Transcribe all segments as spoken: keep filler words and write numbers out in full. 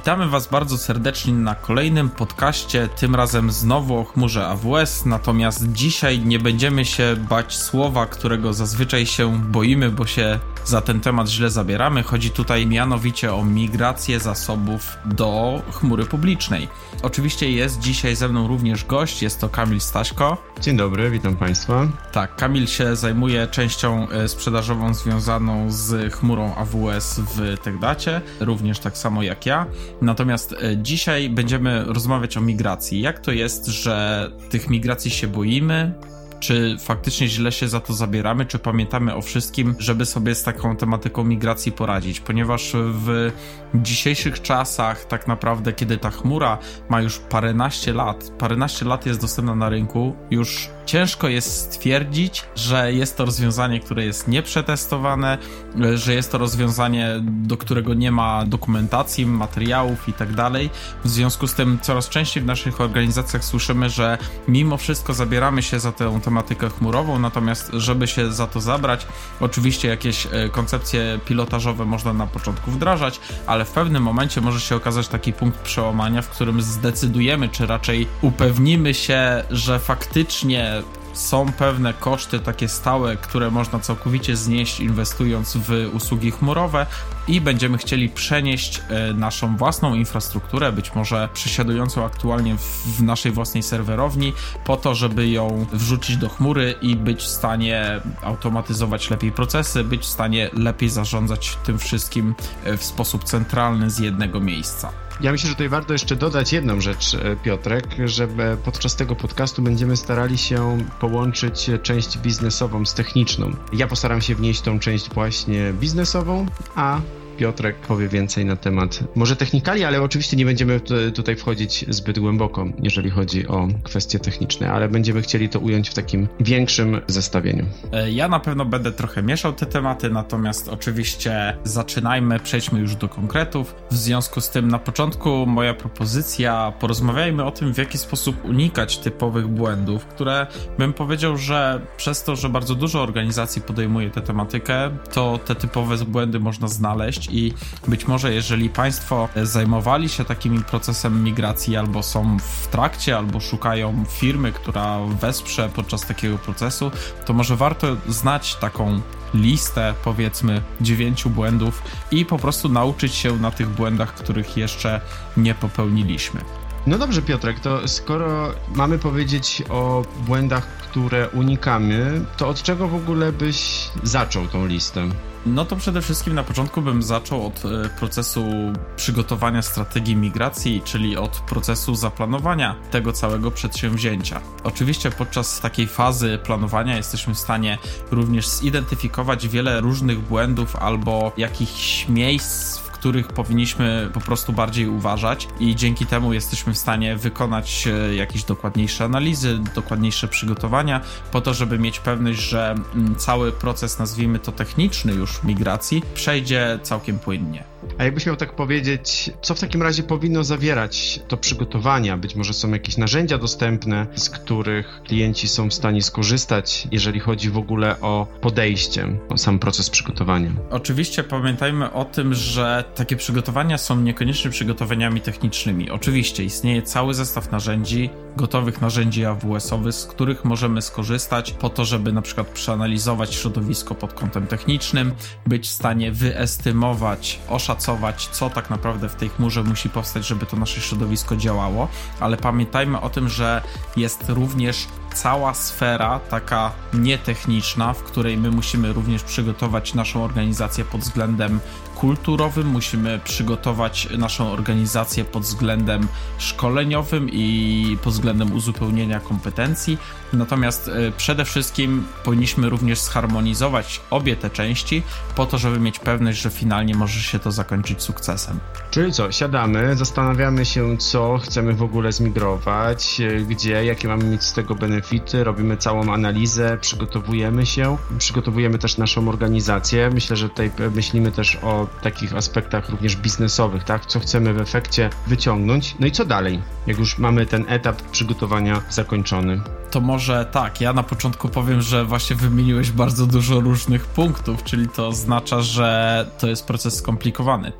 Witamy Was bardzo serdecznie na kolejnym podcaście, tym razem znowu o chmurze A W S, natomiast dzisiaj nie będziemy się bać słowa, którego zazwyczaj się boimy, bo się za ten temat źle zabieramy. Chodzi tutaj mianowicie o migrację zasobów do chmury publicznej. Oczywiście jest dzisiaj ze mną również gość, jest to Kamil Staśko. Dzień dobry, witam Państwa. Tak, Kamil się zajmuje częścią sprzedażową związaną z chmurą A W S w TechDacie, również tak samo jak ja. Natomiast dzisiaj będziemy rozmawiać o migracji. Jak to jest, że tych migracji się boimy? Czy faktycznie źle się za to zabieramy, czy pamiętamy o wszystkim, żeby sobie z taką tematyką migracji poradzić? Ponieważ w dzisiejszych czasach tak naprawdę, kiedy ta chmura ma już paręnaście lat, paręnaście lat jest dostępna na rynku, już ciężko jest stwierdzić, że jest to rozwiązanie, które jest nieprzetestowane, że jest to rozwiązanie, do którego nie ma dokumentacji, materiałów i tak dalej. W związku z tym coraz częściej w naszych organizacjach słyszymy, że mimo wszystko zabieramy się za tę tematykę chmurową, natomiast żeby się za to zabrać, oczywiście jakieś koncepcje pilotażowe można na początku wdrażać, ale w pewnym momencie może się okazać taki punkt przełamania, w którym zdecydujemy, czy raczej upewnimy się, że faktycznie są pewne koszty takie stałe, które można całkowicie znieść inwestując w usługi chmurowe i będziemy chcieli przenieść naszą własną infrastrukturę, być może przesiadującą aktualnie w naszej własnej serwerowni, po to, żeby ją wrzucić do chmury i być w stanie automatyzować lepiej procesy, być w stanie lepiej zarządzać tym wszystkim w sposób centralny z jednego miejsca. Ja myślę, że tutaj warto jeszcze dodać jedną rzecz, Piotrek, że podczas tego podcastu będziemy starali się połączyć część biznesową z techniczną. Ja postaram się wnieść tą część właśnie biznesową, a Piotrek powie więcej na temat może technikali, ale oczywiście nie będziemy tutaj wchodzić zbyt głęboko, jeżeli chodzi o kwestie techniczne, ale będziemy chcieli to ująć w takim większym zestawieniu. Ja na pewno będę trochę mieszał te tematy, natomiast oczywiście zaczynajmy, przejdźmy już do konkretów. W związku z tym na początku moja propozycja, porozmawiajmy o tym, w jaki sposób unikać typowych błędów, które bym powiedział, że przez to, że bardzo dużo organizacji podejmuje tę tematykę, to te typowe błędy można znaleźć. I być może jeżeli Państwo zajmowali się takim procesem migracji albo są w trakcie, albo szukają firmy, która wesprze podczas takiego procesu, to może warto znać taką listę, powiedzmy, dziewięciu błędów i po prostu nauczyć się na tych błędach, których jeszcze nie popełniliśmy. No dobrze, Piotrek, to skoro mamy powiedzieć o błędach, które unikamy, to od czego w ogóle byś zaczął tą listę? No to przede wszystkim na początku bym zaczął od procesu przygotowania strategii migracji, czyli od procesu zaplanowania tego całego przedsięwzięcia. Oczywiście podczas takiej fazy planowania jesteśmy w stanie również zidentyfikować wiele różnych błędów albo jakichś miejsc, w których powinniśmy po prostu bardziej uważać i dzięki temu jesteśmy w stanie wykonać jakieś dokładniejsze analizy, dokładniejsze przygotowania po to, żeby mieć pewność, że cały proces, nazwijmy to techniczny już migracji, przejdzie całkiem płynnie. A jakbyś miał tak powiedzieć, co w takim razie powinno zawierać to przygotowania? Być może są jakieś narzędzia dostępne, z których klienci są w stanie skorzystać, jeżeli chodzi w ogóle o podejście, o sam proces przygotowania. Oczywiście pamiętajmy o tym, że takie przygotowania są niekoniecznie przygotowaniami technicznymi. Oczywiście istnieje cały zestaw narzędzi, gotowych narzędzi A W S-owych, z których możemy skorzystać po to, żeby na przykład przeanalizować środowisko pod kątem technicznym, być w stanie wyestymować, oszacować, co tak naprawdę w tej chmurze musi powstać, żeby to nasze środowisko działało, ale pamiętajmy o tym, że jest również cała sfera taka nietechniczna, w której my musimy również przygotować naszą organizację pod względem kulturowym, musimy przygotować naszą organizację pod względem szkoleniowym i pod względem uzupełnienia kompetencji. Natomiast przede wszystkim powinniśmy również zharmonizować obie te części po to, żeby mieć pewność, że finalnie może się to zakończyć sukcesem. Czyli co, siadamy, zastanawiamy się, co chcemy w ogóle zmigrować, gdzie, jakie mamy mieć z tego benefity, robimy całą analizę, przygotowujemy się, przygotowujemy też naszą organizację. Myślę, że tutaj myślimy też o takich aspektach również biznesowych, tak? Co chcemy w efekcie wyciągnąć. No i co dalej, jak już mamy ten etap przygotowania zakończony? To może tak, ja na początku powiem, że właśnie wymieniłeś bardzo dużo różnych punktów, czyli to oznacza, że to jest proces skomplikowany. Tak,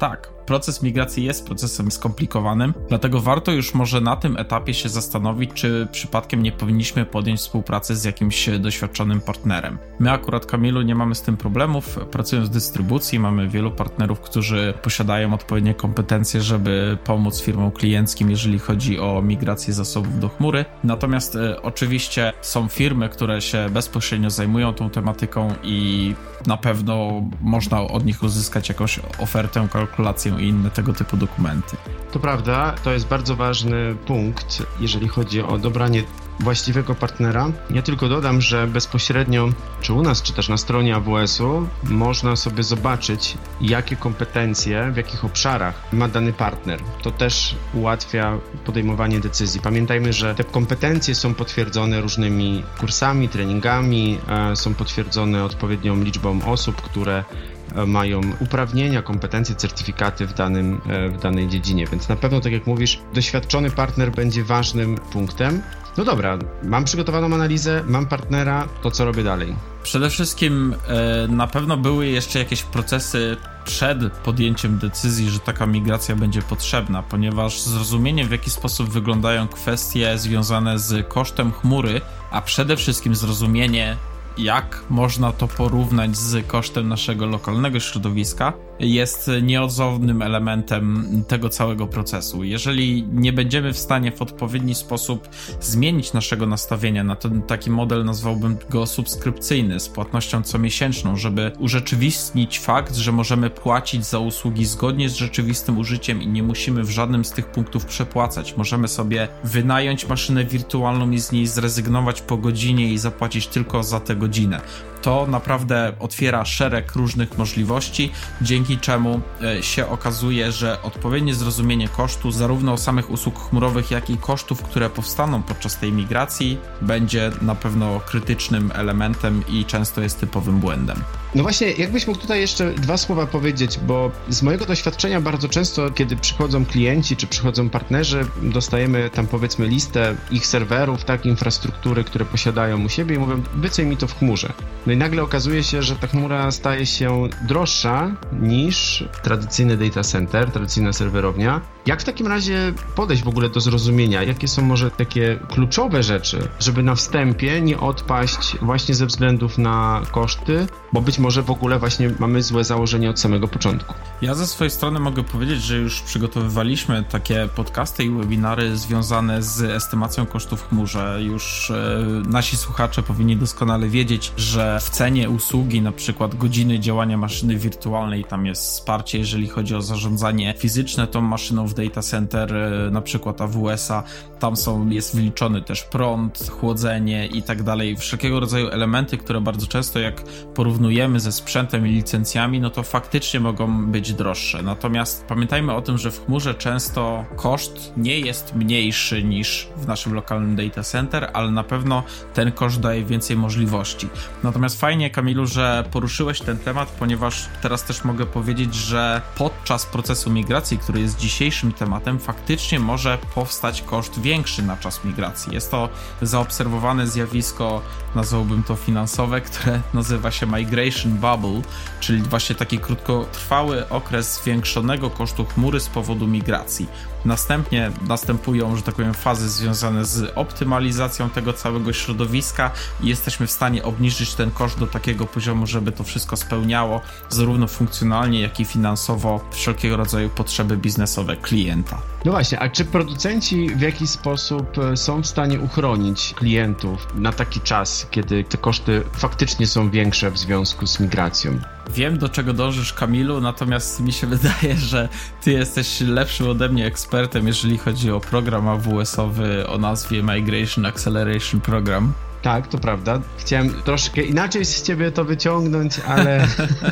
proces migracji jest procesem skomplikowanym, dlatego warto już może na tym etapie się zastanowić, czy przypadkiem nie powinniśmy podjąć współpracy z jakimś doświadczonym partnerem. My akurat, Kamilu, nie mamy z tym problemów, pracując w dystrybucji, mamy wielu partnerów, którzy posiadają odpowiednie kompetencje, żeby pomóc firmom klienckim, jeżeli chodzi o migrację zasobów do chmury. Natomiast e, oczywiście są firmy, które się bezpośrednio zajmują tą tematyką i na pewno można od nich uzyskać jakąś ofertę, kalkulację i inne tego typu dokumenty. To prawda, to jest bardzo ważny punkt, jeżeli chodzi o dobranie właściwego partnera. Ja tylko dodam, że bezpośrednio, czy u nas, czy też na stronie A W S-u można sobie zobaczyć, jakie kompetencje, w jakich obszarach ma dany partner. To też ułatwia podejmowanie decyzji. Pamiętajmy, że te kompetencje są potwierdzone różnymi kursami, treningami, są potwierdzone odpowiednią liczbą osób, które mają uprawnienia, kompetencje, certyfikaty w, danym, w danej dziedzinie. Więc na pewno, tak jak mówisz, doświadczony partner będzie ważnym punktem. No dobra, mam przygotowaną analizę, mam partnera, to co robię dalej? Przede wszystkim e, na pewno były jeszcze jakieś procesy przed podjęciem decyzji, że taka migracja będzie potrzebna, ponieważ zrozumienie, w jaki sposób wyglądają kwestie związane z kosztem chmury, a przede wszystkim zrozumienie, jak można to porównać z kosztem naszego lokalnego środowiska, jest nieodzownym elementem tego całego procesu. Jeżeli nie będziemy w stanie w odpowiedni sposób zmienić naszego nastawienia na ten taki model, nazwałbym go subskrypcyjny, z płatnością comiesięczną, żeby urzeczywistnić fakt, że możemy płacić za usługi zgodnie z rzeczywistym użyciem i nie musimy w żadnym z tych punktów przepłacać. Możemy sobie wynająć maszynę wirtualną i z niej zrezygnować po godzinie i zapłacić tylko za tę godzinę. To naprawdę otwiera szereg różnych możliwości, dzięki czemu się okazuje, że odpowiednie zrozumienie kosztu zarówno samych usług chmurowych, jak i kosztów, które powstaną podczas tej migracji, będzie na pewno krytycznym elementem i często jest typowym błędem. No właśnie, jakbyś mógł tutaj jeszcze dwa słowa powiedzieć, bo z mojego doświadczenia bardzo często, kiedy przychodzą klienci czy przychodzą partnerzy, dostajemy tam powiedzmy listę ich serwerów, tak, infrastruktury, które posiadają u siebie i mówią, wyceń mi to w chmurze. No i nagle okazuje się, że ta chmura staje się droższa niż tradycyjny data center, tradycyjna serwerownia. Jak w takim razie podejść w ogóle do zrozumienia? Jakie są może takie kluczowe rzeczy, żeby na wstępie nie odpaść właśnie ze względów na koszty, bo być może w ogóle właśnie mamy złe założenie od samego początku? Ja ze swojej strony mogę powiedzieć, że już przygotowywaliśmy takie podcasty i webinary związane z estymacją kosztów w chmurze. Już e, nasi słuchacze powinni doskonale wiedzieć, że w cenie usługi, na przykład godziny działania maszyny wirtualnej, tam jest wsparcie, jeżeli chodzi o zarządzanie fizyczne tą maszyną w data center, e, na przykład A W S-a, tam są, jest wliczony też prąd, chłodzenie i tak dalej, wszelkiego rodzaju elementy, które bardzo często jak porównujemy ze sprzętem i licencjami, no to faktycznie mogą być droższe. Natomiast pamiętajmy o tym, że w chmurze często koszt nie jest mniejszy niż w naszym lokalnym data center, ale na pewno ten koszt daje więcej możliwości. Natomiast fajnie, Kamilu, że poruszyłeś ten temat, ponieważ teraz też mogę powiedzieć, że podczas procesu migracji, który jest dzisiejszym tematem, faktycznie może powstać koszt większy na czas migracji. Jest to zaobserwowane zjawisko, nazwałbym to finansowe, które nazywa się migration bubble, czyli właśnie taki krótkotrwały okres zwiększonego kosztu chmury z powodu migracji. Następnie następują, że tak powiem, fazy związane z optymalizacją tego całego środowiska i jesteśmy w stanie obniżyć ten koszt do takiego poziomu, żeby to wszystko spełniało zarówno funkcjonalnie, jak i finansowo wszelkiego rodzaju potrzeby biznesowe klienta. No właśnie, a czy producenci w jakiś sposób są w stanie uchronić klientów na taki czas, kiedy te koszty faktycznie są większe w związku z migracją? Wiem, do czego dążysz, Kamilu, natomiast mi się wydaje, że ty jesteś lepszym ode mnie ekspertem, jeżeli chodzi o program A W S-owy o nazwie Migration Acceleration Program. Tak, to prawda. Chciałem troszkę inaczej z ciebie to wyciągnąć, ale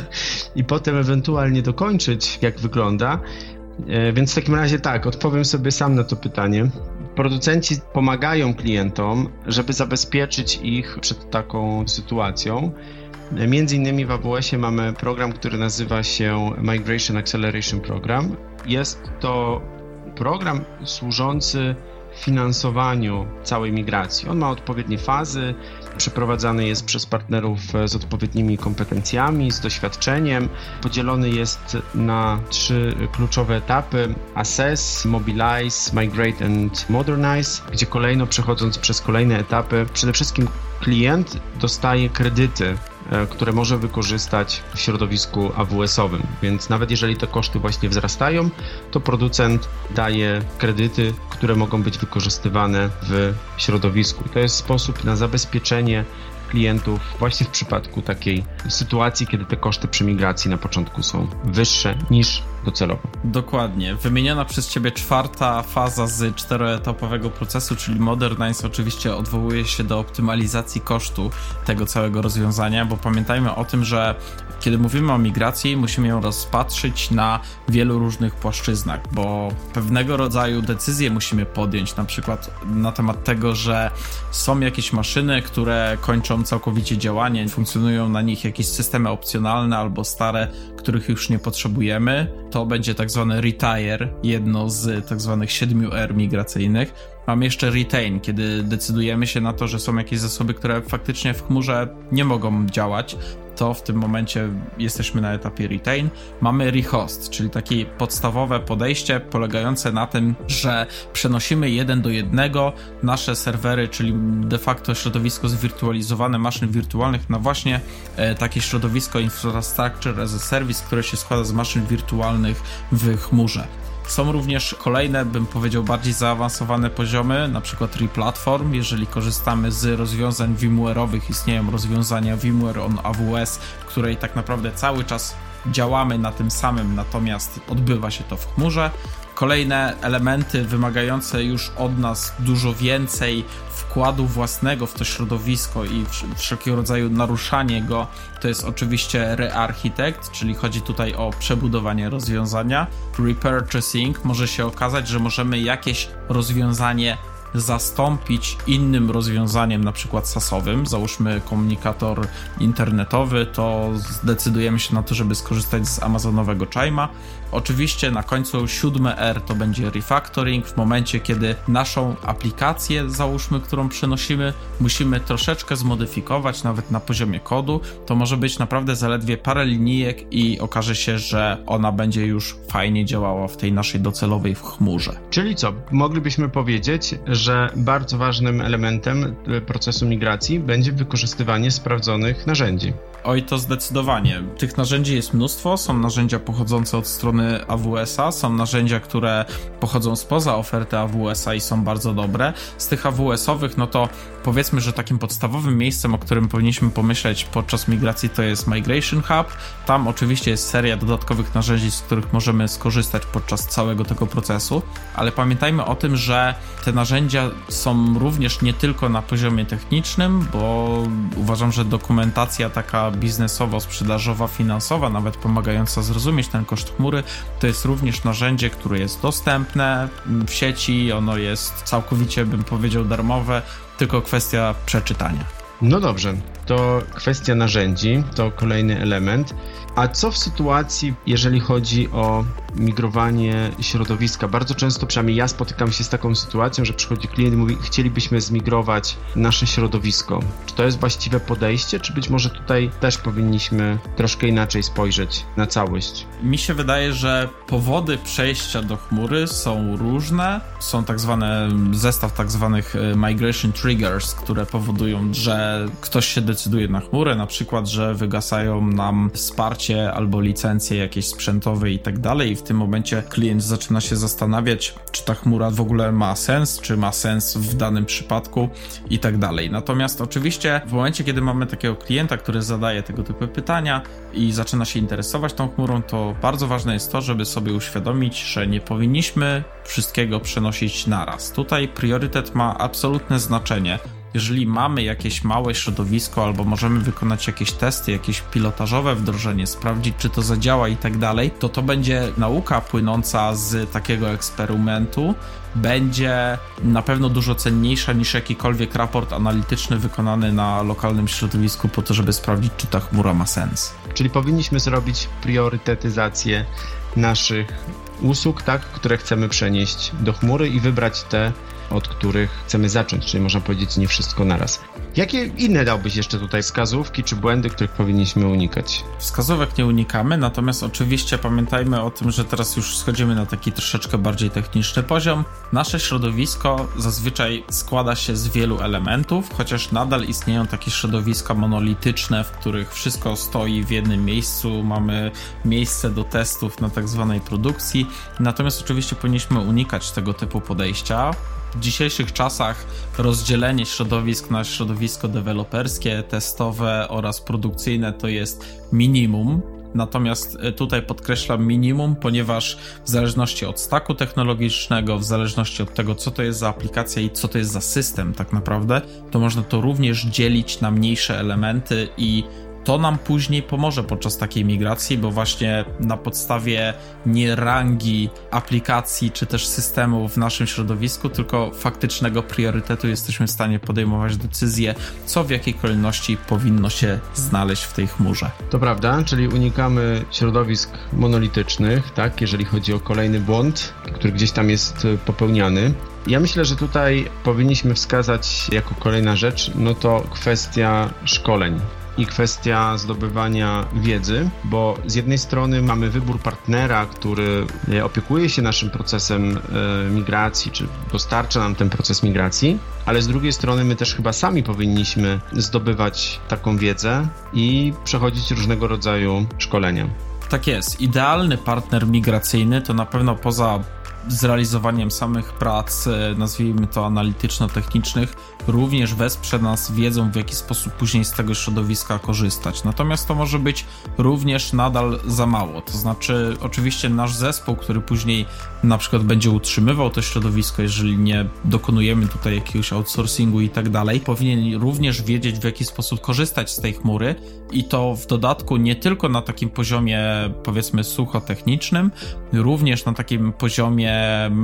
i potem ewentualnie dokończyć, jak wygląda. Więc w takim razie tak, odpowiem sobie sam na to pytanie. Producenci pomagają klientom, żeby zabezpieczyć ich przed taką sytuacją. Między innymi w A W S-ie mamy program, który nazywa się Migration Acceleration Program. Jest to program służący finansowaniu całej migracji. On ma odpowiednie fazy, przeprowadzany jest przez partnerów z odpowiednimi kompetencjami, z doświadczeniem. Podzielony jest na trzy kluczowe etapy: Assess, Mobilize, Migrate and Modernize, gdzie kolejno przechodząc przez kolejne etapy, przede wszystkim klient dostaje kredyty, które może wykorzystać w środowisku A W S-owym. Więc nawet jeżeli te koszty właśnie wzrastają, to producent daje kredyty, które mogą być wykorzystywane w środowisku. I to jest sposób na zabezpieczenie klientów właśnie w przypadku takiej sytuacji, kiedy te koszty przy migracji na początku są wyższe niż docelowo. Dokładnie. Wymieniona przez Ciebie czwarta faza z czteroetapowego procesu, czyli Modernize, oczywiście odwołuje się do optymalizacji kosztu tego całego rozwiązania, bo pamiętajmy o tym, że kiedy mówimy o migracji, musimy ją rozpatrzyć na wielu różnych płaszczyznach, bo pewnego rodzaju decyzje musimy podjąć, na przykład na temat tego, że są jakieś maszyny, które kończą całkowicie działanie, funkcjonują na nich jakieś systemy opcjonalne albo stare, których już nie potrzebujemy. To będzie tak zwany retire, jedno z tak zwanych siedmiu R migracyjnych. Mamy jeszcze retain, kiedy decydujemy się na to, że są jakieś zasoby, które faktycznie w chmurze nie mogą działać, to w tym momencie jesteśmy na etapie retain. Mamy rehost, czyli takie podstawowe podejście polegające na tym, że przenosimy jeden do jednego nasze serwery, czyli de facto środowisko zwirtualizowane maszyn wirtualnych na właśnie e, takie środowisko Infrastructure as a Service, które się składa z maszyn wirtualnych w chmurze. Są również kolejne, bym powiedział, bardziej zaawansowane poziomy, na przykład replatform. Jeżeli korzystamy z rozwiązań VMware'owych, istnieją rozwiązania VMware on A W S, w której tak naprawdę cały czas działamy na tym samym, natomiast odbywa się to w chmurze. Kolejne elementy wymagające już od nas dużo więcej wkładu własnego w to środowisko i wszelkiego rodzaju naruszanie go, to jest oczywiście re-architect, czyli chodzi tutaj o przebudowanie rozwiązania. Repurchasing, może się okazać, że możemy jakieś rozwiązanie zastąpić innym rozwiązaniem, na przykład sasowym. Załóżmy komunikator internetowy, to zdecydujemy się na to, żeby skorzystać z amazonowego Chime'a. Oczywiście na końcu siódme R to będzie refactoring, w momencie kiedy naszą aplikację, załóżmy, którą przenosimy, musimy troszeczkę zmodyfikować, nawet na poziomie kodu. To może być naprawdę zaledwie parę linijek i okaże się, że ona będzie już fajnie działała w tej naszej docelowej w chmurze. Czyli co? Moglibyśmy powiedzieć, że bardzo ważnym elementem procesu migracji będzie wykorzystywanie sprawdzonych narzędzi. Oj, to zdecydowanie. Tych narzędzi jest mnóstwo. Są narzędzia pochodzące od strony A W S a, są narzędzia, które pochodzą spoza oferty A W S a i są bardzo dobre. Z tych A W S-owych, no to powiedzmy, że takim podstawowym miejscem, o którym powinniśmy pomyśleć podczas migracji, to jest Migration Hub. Tam oczywiście jest seria dodatkowych narzędzi, z których możemy skorzystać podczas całego tego procesu, ale pamiętajmy o tym, że te narzędzia są również nie tylko na poziomie technicznym, bo uważam, że dokumentacja taka biznesowo-sprzedażowa, finansowa, nawet pomagająca zrozumieć ten koszt chmury, to jest również narzędzie, które jest dostępne w sieci, ono jest całkowicie, bym powiedział, darmowe, tylko kwestia przeczytania. No dobrze, to kwestia narzędzi, to kolejny element. A co w sytuacji, jeżeli chodzi o migrowanie środowiska? Bardzo często, przynajmniej ja spotykam się z taką sytuacją, że przychodzi klient i mówi, chcielibyśmy zmigrować nasze środowisko. Czy to jest właściwe podejście, czy być może tutaj też powinniśmy troszkę inaczej spojrzeć na całość? Mi się wydaje, że powody przejścia do chmury są różne. Są tak zwane, zestaw tak zwanych migration triggers, które powodują, że ktoś się decyduje na chmurę, na przykład, że wygasają nam wsparcie albo licencje jakieś sprzętowe i tak dalej, i w tym momencie klient zaczyna się zastanawiać, czy ta chmura w ogóle ma sens, czy ma sens w danym przypadku i tak dalej. Natomiast oczywiście w momencie, kiedy mamy takiego klienta, który zadaje tego typu pytania i zaczyna się interesować tą chmurą, to bardzo ważne jest to, żeby sobie uświadomić, że nie powinniśmy wszystkiego przenosić naraz. Tutaj priorytet ma absolutne znaczenie. Jeżeli mamy jakieś małe środowisko albo możemy wykonać jakieś testy, jakieś pilotażowe wdrożenie, sprawdzić, czy to zadziała i tak dalej, to to będzie nauka płynąca z takiego eksperymentu, będzie na pewno dużo cenniejsza niż jakikolwiek raport analityczny wykonany na lokalnym środowisku po to, żeby sprawdzić, czy ta chmura ma sens. Czyli powinniśmy zrobić priorytetyzację naszych usług, tak, które chcemy przenieść do chmury i wybrać te, od których chcemy zacząć, czyli można powiedzieć nie wszystko naraz. Jakie inne dałbyś jeszcze tutaj wskazówki czy błędy, których powinniśmy unikać? Wskazówek nie unikamy, natomiast oczywiście pamiętajmy o tym, że teraz już schodzimy na taki troszeczkę bardziej techniczny poziom. Nasze środowisko zazwyczaj składa się z wielu elementów, chociaż nadal istnieją takie środowiska monolityczne, w których wszystko stoi w jednym miejscu, mamy miejsce do testów na tak zwanej produkcji, natomiast oczywiście powinniśmy unikać tego typu podejścia. W dzisiejszych czasach rozdzielenie środowisk na środowisko deweloperskie, testowe oraz produkcyjne to jest minimum. Natomiast tutaj podkreślam minimum, ponieważ w zależności od stacku technologicznego, w zależności od tego, co to jest za aplikacja i co to jest za system tak naprawdę, to można to również dzielić na mniejsze elementy i to nam później pomoże podczas takiej migracji, bo właśnie na podstawie nie rangi aplikacji czy też systemu w naszym środowisku, tylko faktycznego priorytetu jesteśmy w stanie podejmować decyzje, co w jakiej kolejności powinno się znaleźć w tej chmurze. To prawda, czyli unikamy środowisk monolitycznych, tak, jeżeli chodzi o kolejny błąd, który gdzieś tam jest popełniany. Ja myślę, że tutaj powinniśmy wskazać jako kolejna rzecz, no to kwestia szkoleń i kwestia zdobywania wiedzy, bo z jednej strony mamy wybór partnera, który opiekuje się naszym procesem migracji, czy dostarcza nam ten proces migracji, ale z drugiej strony my też chyba sami powinniśmy zdobywać taką wiedzę i przechodzić różnego rodzaju szkolenia. Tak jest. Idealny partner migracyjny to na pewno poza zrealizowaniem samych prac, nazwijmy to analityczno-technicznych, również wesprze nas wiedzą, w jaki sposób później z tego środowiska korzystać. Natomiast to może być również nadal za mało. To znaczy, oczywiście nasz zespół, który później na przykład będzie utrzymywał to środowisko, jeżeli nie dokonujemy tutaj jakiegoś outsourcingu i tak dalej, powinien również wiedzieć, w jaki sposób korzystać z tej chmury i to w dodatku nie tylko na takim poziomie, powiedzmy, sucho-technicznym, również na takim poziomie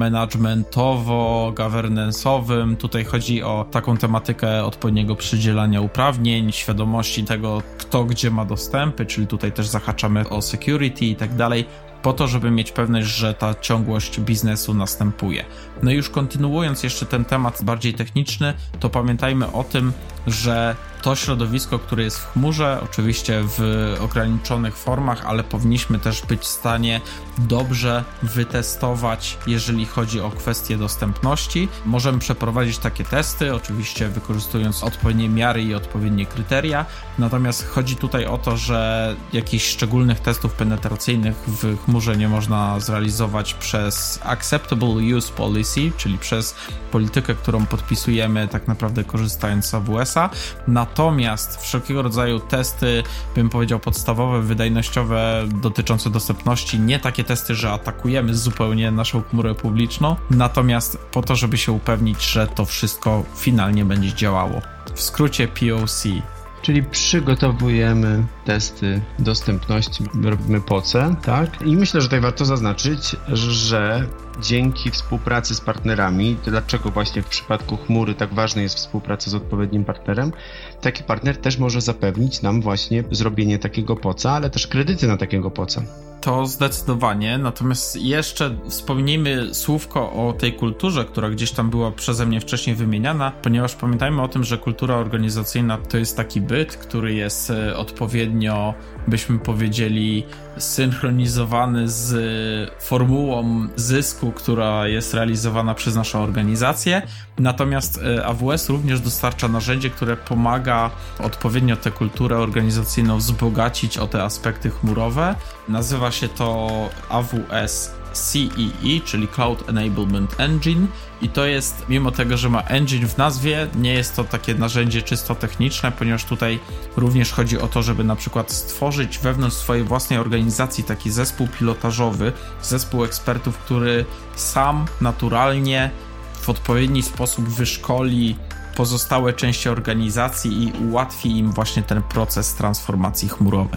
managementowo-governance'owym. Tutaj chodzi o taką tematykę odpowiedniego przydzielania uprawnień, świadomości tego, kto gdzie ma dostępy, czyli tutaj też zahaczamy o security i tak dalej, po to, żeby mieć pewność, że ta ciągłość biznesu następuje. No i już kontynuując jeszcze ten temat bardziej techniczny, to pamiętajmy o tym, że to środowisko, które jest w chmurze, oczywiście w ograniczonych formach, ale powinniśmy też być w stanie dobrze wytestować, jeżeli chodzi o kwestie dostępności. Możemy przeprowadzić takie testy, oczywiście wykorzystując odpowiednie miary i odpowiednie kryteria, natomiast chodzi tutaj o to, że jakichś szczególnych testów penetracyjnych w chmurze nie można zrealizować przez Acceptable Use Policy, czyli przez politykę, którą podpisujemy tak naprawdę korzystając z A W S-a. Natomiast wszelkiego rodzaju testy, bym powiedział podstawowe, wydajnościowe dotyczące dostępności, nie takie testy, że atakujemy zupełnie naszą chmurę publiczną, natomiast po to, żeby się upewnić, że to wszystko finalnie będzie działało. W skrócie P O C. Czyli przygotowujemy testy dostępności, robimy P O C, tak? I myślę, że tutaj warto zaznaczyć, że dzięki współpracy z partnerami, dlaczego właśnie w przypadku chmury tak ważna jest współpraca z odpowiednim partnerem, taki partner też może zapewnić nam właśnie zrobienie takiego P O C a, ale też kredyty na takiego P O C a. To zdecydowanie, natomiast jeszcze wspomnijmy słówko o tej kulturze, która gdzieś tam była przeze mnie wcześniej wymieniana, ponieważ pamiętajmy o tym, że kultura organizacyjna to jest taki byt, który jest odpowiednio, byśmy powiedzieli, synchronizowany z formułą zysku, która jest realizowana przez naszą organizację. Natomiast A W S również dostarcza narzędzie, które pomaga odpowiednio tę kulturę organizacyjną wzbogacić o te aspekty chmurowe. Nazywa się to A W S C E E, czyli Cloud Enablement Engine, i to jest, mimo tego, że ma engine w nazwie, nie jest to takie narzędzie czysto techniczne, ponieważ tutaj również chodzi o to, żeby na przykład stworzyć wewnątrz swojej własnej organizacji taki zespół pilotażowy, zespół ekspertów, który sam naturalnie w odpowiedni sposób wyszkoli pozostałe części organizacji i ułatwi im właśnie ten proces transformacji chmurowej.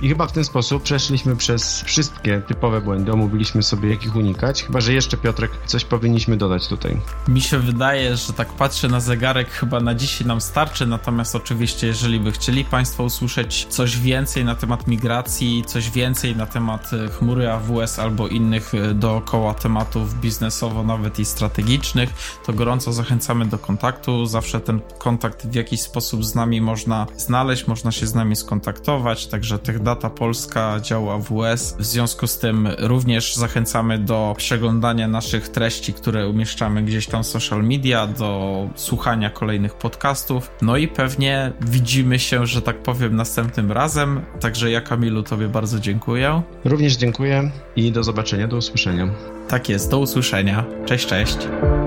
I chyba w ten sposób przeszliśmy przez wszystkie typowe błędy, omówiliśmy sobie, jak ich unikać, chyba że jeszcze, Piotrek, coś powinniśmy dodać tutaj. Mi się wydaje, że tak patrzę na zegarek, chyba na dzisiaj nam starczy, natomiast oczywiście, jeżeli by chcieli Państwo usłyszeć coś więcej na temat migracji, coś więcej na temat chmury A W S albo innych dookoła tematów biznesowo, nawet i strategicznych, to gorąco zachęcamy do kontaktu. Zawsze ten kontakt w jakiś sposób z nami można znaleźć, można się z nami skontaktować, także TechData Polska, dział A W S. W związku z tym również zachęcamy do przeglądania naszych treści, które umieszczamy gdzieś tam w social media, do słuchania kolejnych podcastów. No i pewnie widzimy się, że tak powiem, następnym razem. Także ja, Kamilu, Tobie bardzo dziękuję. Również dziękuję i do zobaczenia, do usłyszenia. Tak jest, do usłyszenia. Cześć, cześć.